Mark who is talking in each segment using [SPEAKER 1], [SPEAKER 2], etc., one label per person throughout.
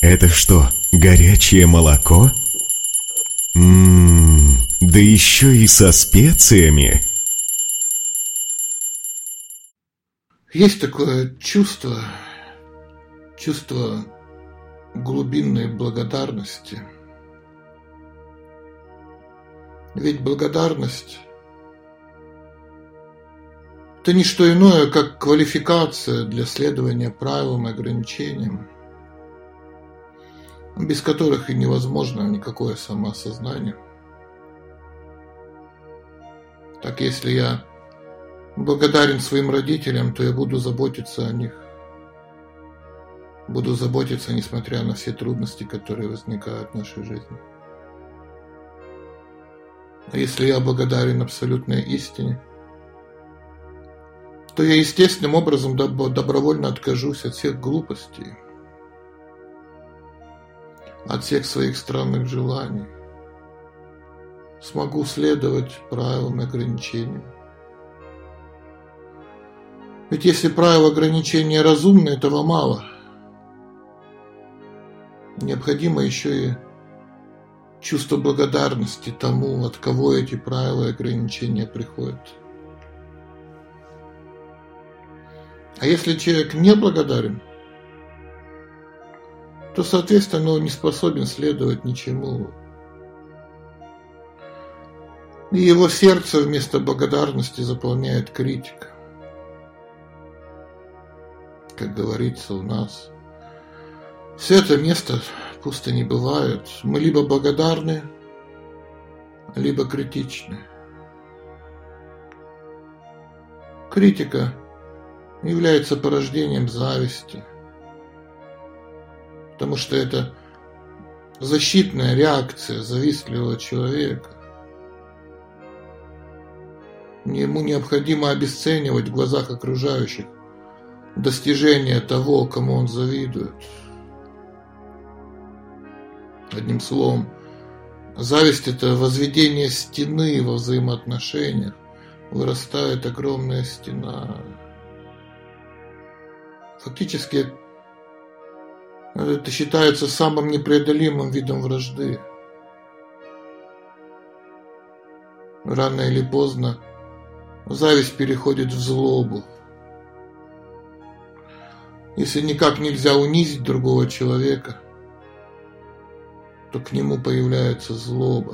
[SPEAKER 1] Это что, горячее молоко? Да еще и со специями.
[SPEAKER 2] Есть такое чувство глубинной благодарности. Ведь благодарность – это не что иное, как квалификация для следования правилам и ограничениям, без которых и невозможно никакое самоосознание. Так если я благодарен своим родителям, то я буду заботиться о них. Буду заботиться, несмотря на все трудности, которые возникают в нашей жизни. А если я благодарен абсолютной истине, то я естественным образом добровольно откажусь от всех глупостей, от всех своих странных желаний. Смогу следовать правилам и ограничениям. Ведь если правила ограничения разумны, этого мало. Необходимо еще и чувство благодарности тому, от кого эти правила и ограничения приходят. А если человек не благодарен, то, соответственно, он не способен следовать ничему. И его сердце вместо благодарности заполняет критика. Как говорится у нас, святое место пусто не бывает. Мы либо благодарны, либо критичны. Критика является порождением зависти, потому что это защитная реакция завистливого человека. Ему необходимо обесценивать в глазах окружающих достижения того, кому он завидует. Одним словом, зависть – это возведение стены во взаимоотношениях. Вырастает огромная стена. Фактически, это считается самым непреодолимым видом вражды. Рано или поздно зависть переходит в злобу. Если никак нельзя унизить другого человека, то к нему появляется злоба,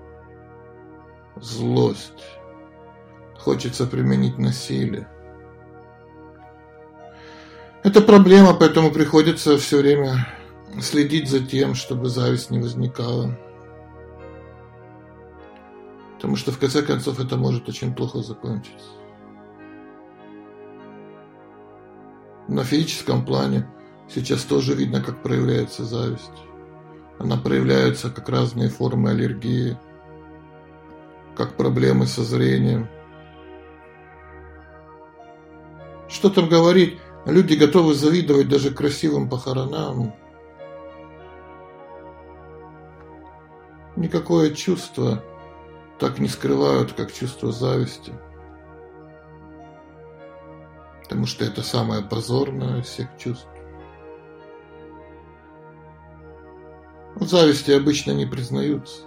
[SPEAKER 2] злость. Хочется применить насилие. Это проблема, поэтому приходится все время следить за тем, чтобы зависть не возникала. Потому что в конце концов это может очень плохо закончиться. На физическом плане сейчас тоже видно, как проявляется зависть. Она проявляется как разные формы аллергии, как проблемы со зрением. Что там говорить? Люди готовы завидовать даже красивым похоронам. Никакое чувство так не скрывают, как чувство зависти. Потому что это самое позорное из всех чувств. В зависти обычно не признаются.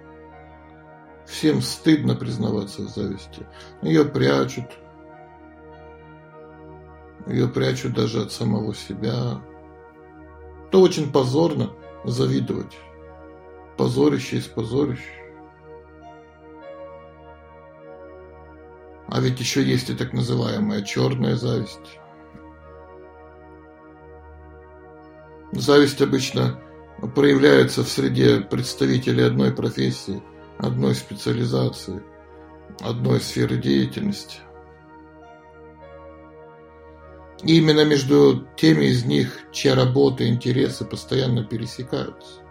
[SPEAKER 2] Всем стыдно признаваться в зависти. Ее прячут даже от самого себя. Это очень позорно завидовать. Позорище из позорищ. А ведь еще есть и так называемая черная зависть. Зависть обычно проявляется в среде представителей одной профессии, одной специализации, одной сферы деятельности. И именно между теми из них, чья работа и интересы постоянно пересекаются.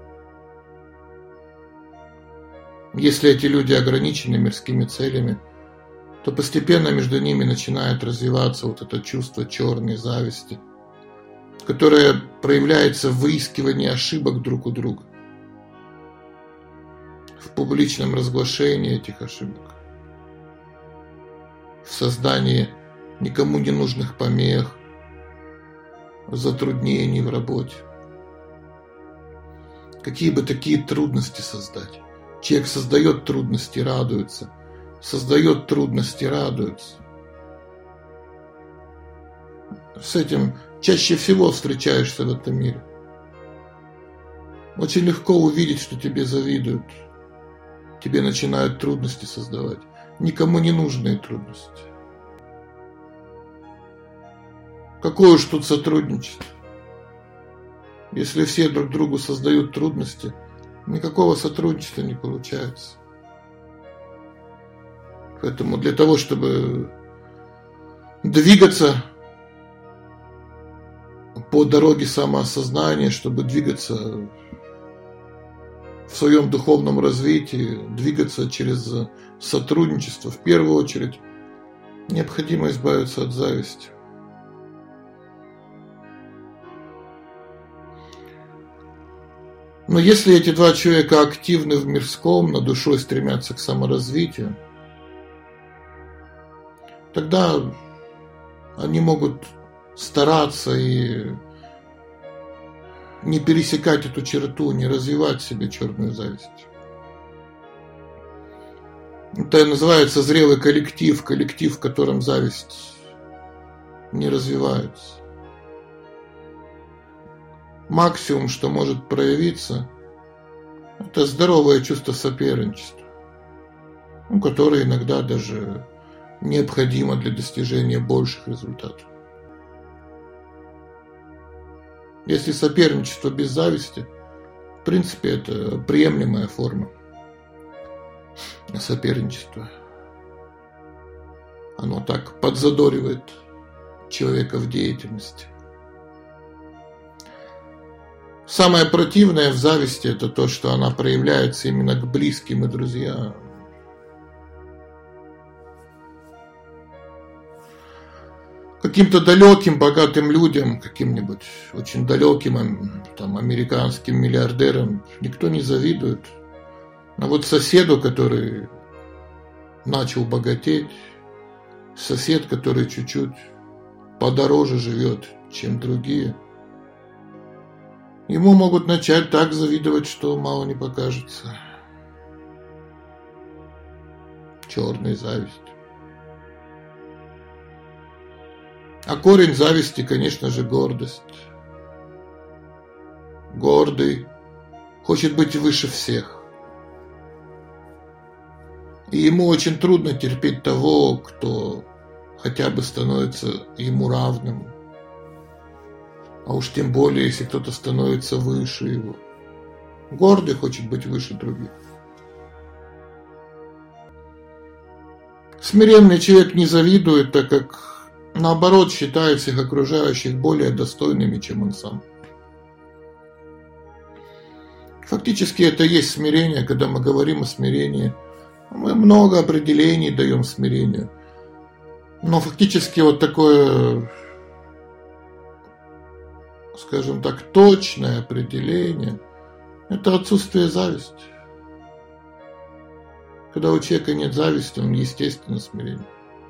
[SPEAKER 2] Если эти люди ограничены мирскими целями, то постепенно между ними начинает развиваться вот это чувство черной зависти, которое проявляется в выискивании ошибок друг у друга, в публичном разглашении этих ошибок, в создании никому не нужных помех, затруднений в работе. какие бы такие трудности создать. Человек создает трудности, радуется. Создает трудности, радуется. С этим чаще всего встречаешься в этом мире. Очень легко увидеть, что тебе завидуют. Тебе начинают трудности создавать. Никому не нужные трудности. Какое уж тут сотрудничество? Если все друг другу создают трудности, никакого сотрудничества не получается. Поэтому для того, чтобы двигаться по дороге самоосознания, чтобы двигаться в своем духовном развитии, двигаться через сотрудничество, в первую очередь, необходимо избавиться от зависти. Но если эти два человека активны в мирском, но душой стремятся к саморазвитию, тогда они могут стараться и не пересекать эту черту, не развивать в себе черную зависть. Это называется зрелый коллектив, коллектив, в котором зависть не развивается. Максимум, что может проявиться, это здоровое чувство соперничества, которое иногда даже необходимо для достижения больших результатов. Если соперничество без зависти, в принципе, это приемлемая форма соперничества. Оно так подзадоривает человека в деятельности. Самое противное в зависти – это то, что она проявляется именно к близким и друзьям. Каким-то далеким, богатым людям, каким-нибудь очень далеким там, американским миллиардерам никто не завидует. А вот соседу, который начал богатеть, сосед, который чуть-чуть подороже живет, чем другие, ему могут начать так завидовать, что мало не покажется. Черная зависть. А корень зависти, конечно же, гордость. Гордый, хочет быть выше всех. И ему очень трудно терпеть того, кто хотя бы становится ему равным. А уж тем более, если кто-то становится выше его. Гордый хочет быть выше других. Смиренный человек не завидует, так как, наоборот, считает всех окружающих более достойными, чем он сам. Фактически это и есть смирение. Когда мы говорим о смирении, мы много определений даем смирению. Но фактически вот такое, скажем так, точное определение – это отсутствие зависти. Когда у человека нет зависти, он естественно смирен.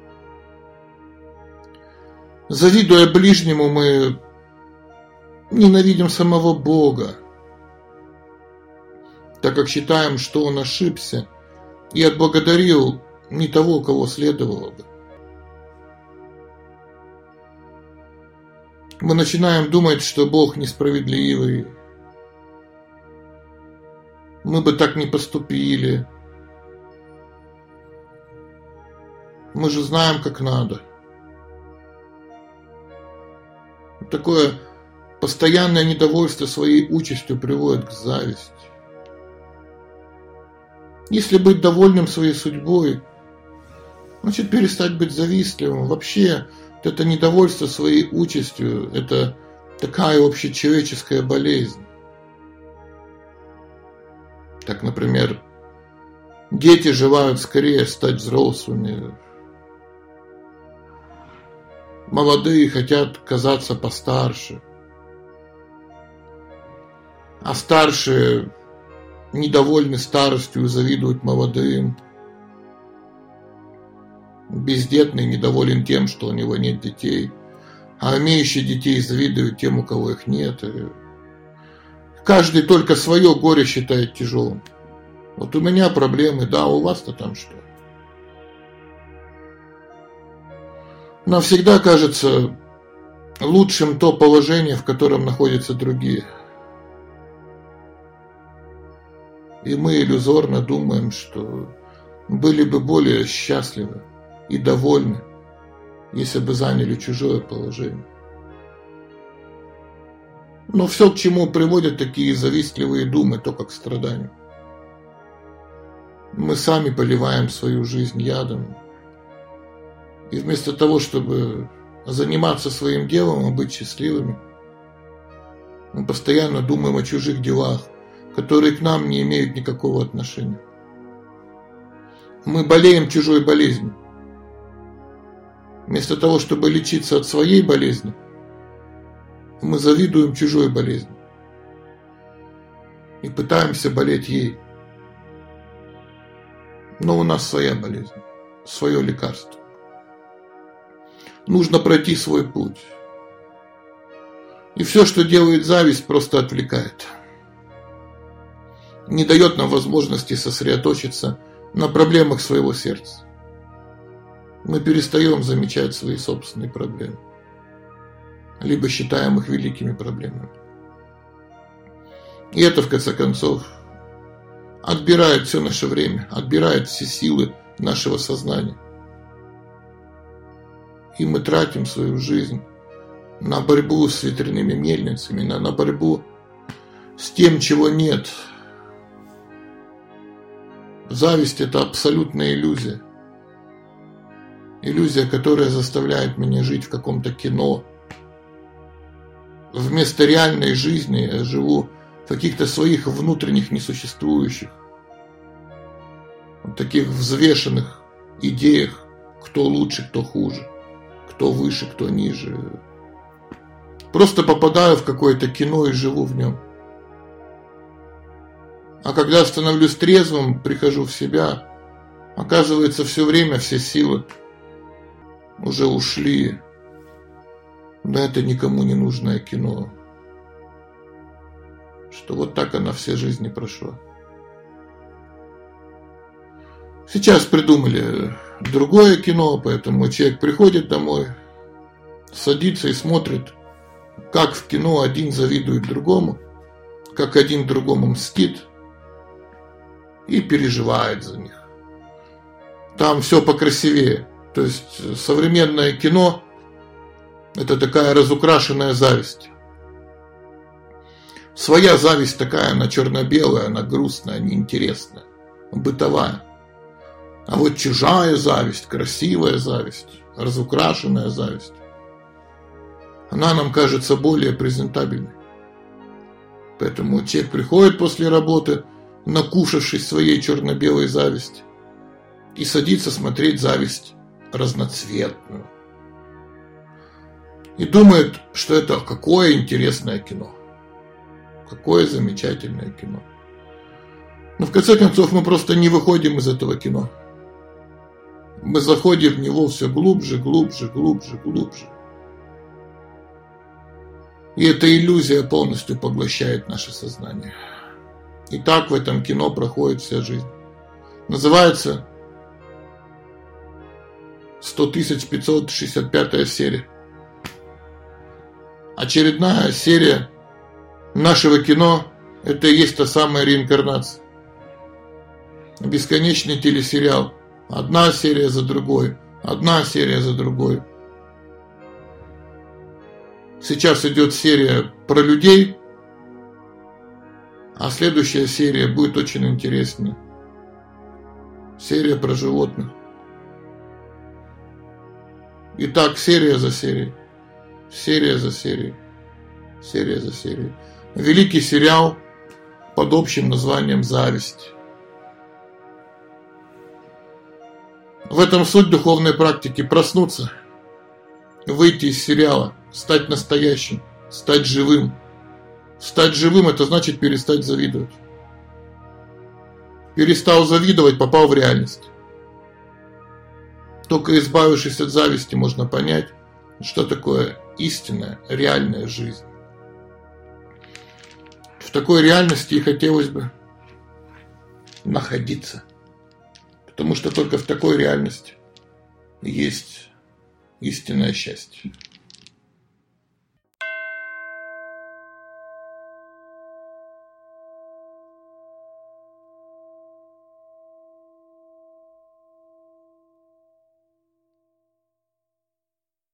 [SPEAKER 2] Завидуя ближнему, мы ненавидим самого Бога, так как считаем, что Он ошибся и отблагодарил не того, кого следовало бы. Мы начинаем думать, что Бог несправедливый, мы бы так не поступили, мы же знаем, как надо. Такое постоянное недовольство своей участью приводит к зависти. Если быть довольным своей судьбой, значит перестать быть завистливым. Вообще, это недовольство своей участью – это такая общечеловеческая болезнь. Так, например, дети желают скорее стать взрослыми. Молодые хотят казаться постарше. А старшие недовольны старостью и завидуют молодым. Бездетный недоволен тем, что у него нет детей. А имеющие детей завидуют тем, у кого их нет. И Каждый только свое горе считает тяжелым. Вот у меня проблемы, да, у вас-то там что? Нам всегда кажется лучшим то положение, в котором находятся другие. И мы иллюзорно думаем, что были бы более счастливы и довольны, если бы заняли чужое положение. Но все, к чему приводят такие завистливые думы, то как к страданию. Мы сами поливаем свою жизнь ядом. И вместо того, чтобы заниматься своим делом и быть счастливыми, мы постоянно думаем о чужих делах, которые к нам не имеют никакого отношения. Мы болеем чужой болезнью. Вместо того, чтобы лечиться от своей болезни, мы завидуем чужой болезни и пытаемся болеть ей. Но у нас своя болезнь, свое лекарство. Нужно пройти свой путь. И все, что делает зависть, просто отвлекает. Не дает нам возможности сосредоточиться на проблемах своего сердца. Мы перестаем замечать свои собственные проблемы. Либо считаем их великими проблемами. И это, в конце концов, отбирает все наше время, отбирает все силы нашего сознания. И мы тратим свою жизнь на борьбу с ветряными мельницами, на борьбу с тем, чего нет. Зависть – это абсолютная иллюзия. Иллюзия, которая заставляет меня жить в каком-то кино. Вместо реальной жизни я живу в каких-то своих внутренних несуществующих, вот таких взвешенных идеях, кто лучше, кто хуже, кто выше, кто ниже. Просто попадаю в какое-то кино и живу в нем. А когда становлюсь трезвым, прихожу в себя, оказывается, все время все силы уже ушли на это никому не нужное кино. Что вот так она все жизни прошла. Сейчас придумали другое кино, поэтому человек приходит домой, садится и смотрит, как в кино один завидует другому, как один другому мстит и переживает за них. Там все покрасивее. То есть современное кино – это такая разукрашенная зависть. Своя зависть такая, она черно-белая, она грустная, неинтересная, бытовая. А вот чужая зависть, красивая зависть, разукрашенная зависть, она нам кажется более презентабельной. Поэтому человек приходит после работы, накушавшись своей черно-белой зависти, и садится смотреть зависть разноцветную. И думает, что это какое интересное кино. Какое замечательное кино. Но в конце концов мы просто не выходим из этого кино. Мы заходим в него все глубже, глубже, глубже, глубже. И эта иллюзия полностью поглощает наше сознание. И так в этом кино проходит вся жизнь. Называется 100 565 серия. Очередная серия нашего кино – это и есть та самая реинкарнация. Бесконечный телесериал. Одна серия за другой, одна серия за другой. Сейчас идет серия про людей, а следующая серия будет очень интересная. Серия про животных. И так серия за серией, серия за серией, серия за серией. Великий сериал под общим названием «Зависть». В этом суть духовной практики – проснуться, выйти из сериала, стать настоящим, стать живым. Стать живым – это значит перестать завидовать. Перестал завидовать – попал в реальность. Только избавившись от зависти, можно понять, что такое истинная, реальная жизнь. в такой реальности и хотелось бы находиться. Потому что только в такой реальности есть истинное счастье.